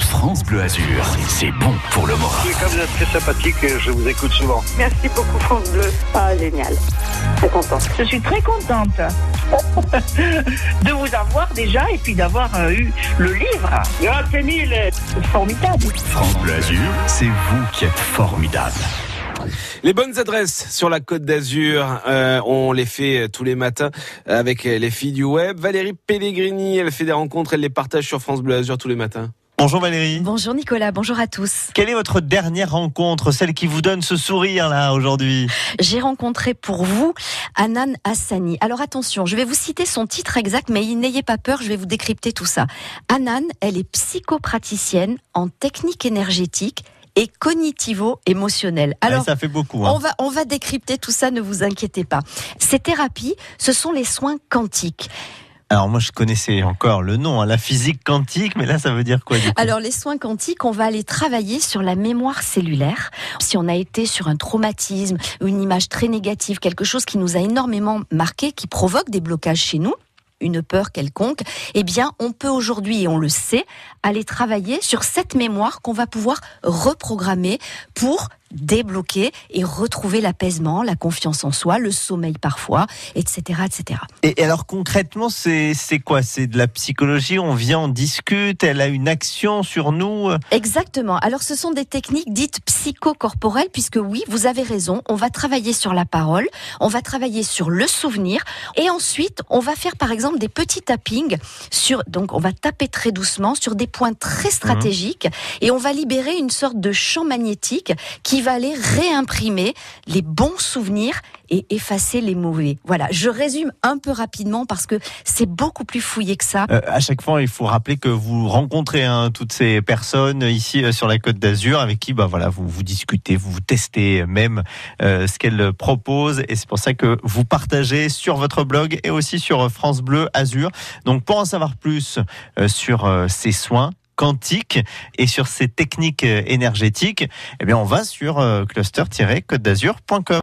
France Bleu Azur, c'est bon pour le moral. Comme vous êtes très sympathique, je vous écoute souvent. Merci beaucoup France Bleu. Ah, génial. Très contente. Je suis très contente de vous avoir déjà et puis d'avoir eu le livre. Grazie mille. C'est formidable. France Bleu Azur, c'est vous qui êtes formidable. Les bonnes adresses sur la Côte d'Azur, on les fait tous les matins avec les filles du web. Valérie Pellegrini, elle fait des rencontres, elle les partage sur France Bleu Azur tous les matins. Bonjour Valérie. Bonjour Nicolas, bonjour à tous. Quelle est votre dernière rencontre, celle qui vous donne ce sourire là aujourd'hui ? J'ai rencontré pour vous Hanan Hassani. Alors attention, je vais vous citer son titre exact, mais n'ayez pas peur, je vais vous décrypter tout ça. Hanan, elle est psychopraticienne en technique énergétique et cognitivo-émotionnelle. Alors, ça fait beaucoup. Hein. On va décrypter tout ça, ne vous inquiétez pas. Ces thérapies, ce sont les soins quantiques. Alors moi je connaissais encore le nom, la physique quantique, mais là ça veut dire quoi du coup ? Alors les soins quantiques, on va aller travailler sur la mémoire cellulaire. Si on a été sur un traumatisme, une image très négative, quelque chose qui nous a énormément marqué, qui provoque des blocages chez nous, une peur quelconque, eh bien, on peut aujourd'hui, et on le sait, aller travailler sur cette mémoire qu'on va pouvoir reprogrammer pour débloquer et retrouver l'apaisement, la confiance en soi, le sommeil parfois, etc., etc. Et alors concrètement, c'est quoi ? C'est de la psychologie, on vient, on discute, elle a une action sur nous ? Exactement. Alors ce sont des techniques dites psychocorporelles, puisque oui, vous avez raison, on va travailler sur la parole, on va travailler sur le souvenir, et ensuite, on va faire par exemple des petits tappings donc on va taper très doucement sur des points très stratégiques, et on va libérer une sorte de champ magnétique qui va aller réimprimer les bons souvenirs et effacer les mauvais. Voilà, je résume un peu rapidement parce que c'est beaucoup plus fouillé que ça. À chaque fois, il faut rappeler que vous rencontrez toutes ces personnes ici sur la Côte d'Azur avec qui vous discutez, vous testez même ce qu'elles proposent, et c'est pour ça que vous partagez sur votre blog et aussi sur France Bleu Azur. Donc pour en savoir plus sur ces soins quantique et sur ces techniques énergétiques, eh bien on va sur cluster-côte-d'azur.com.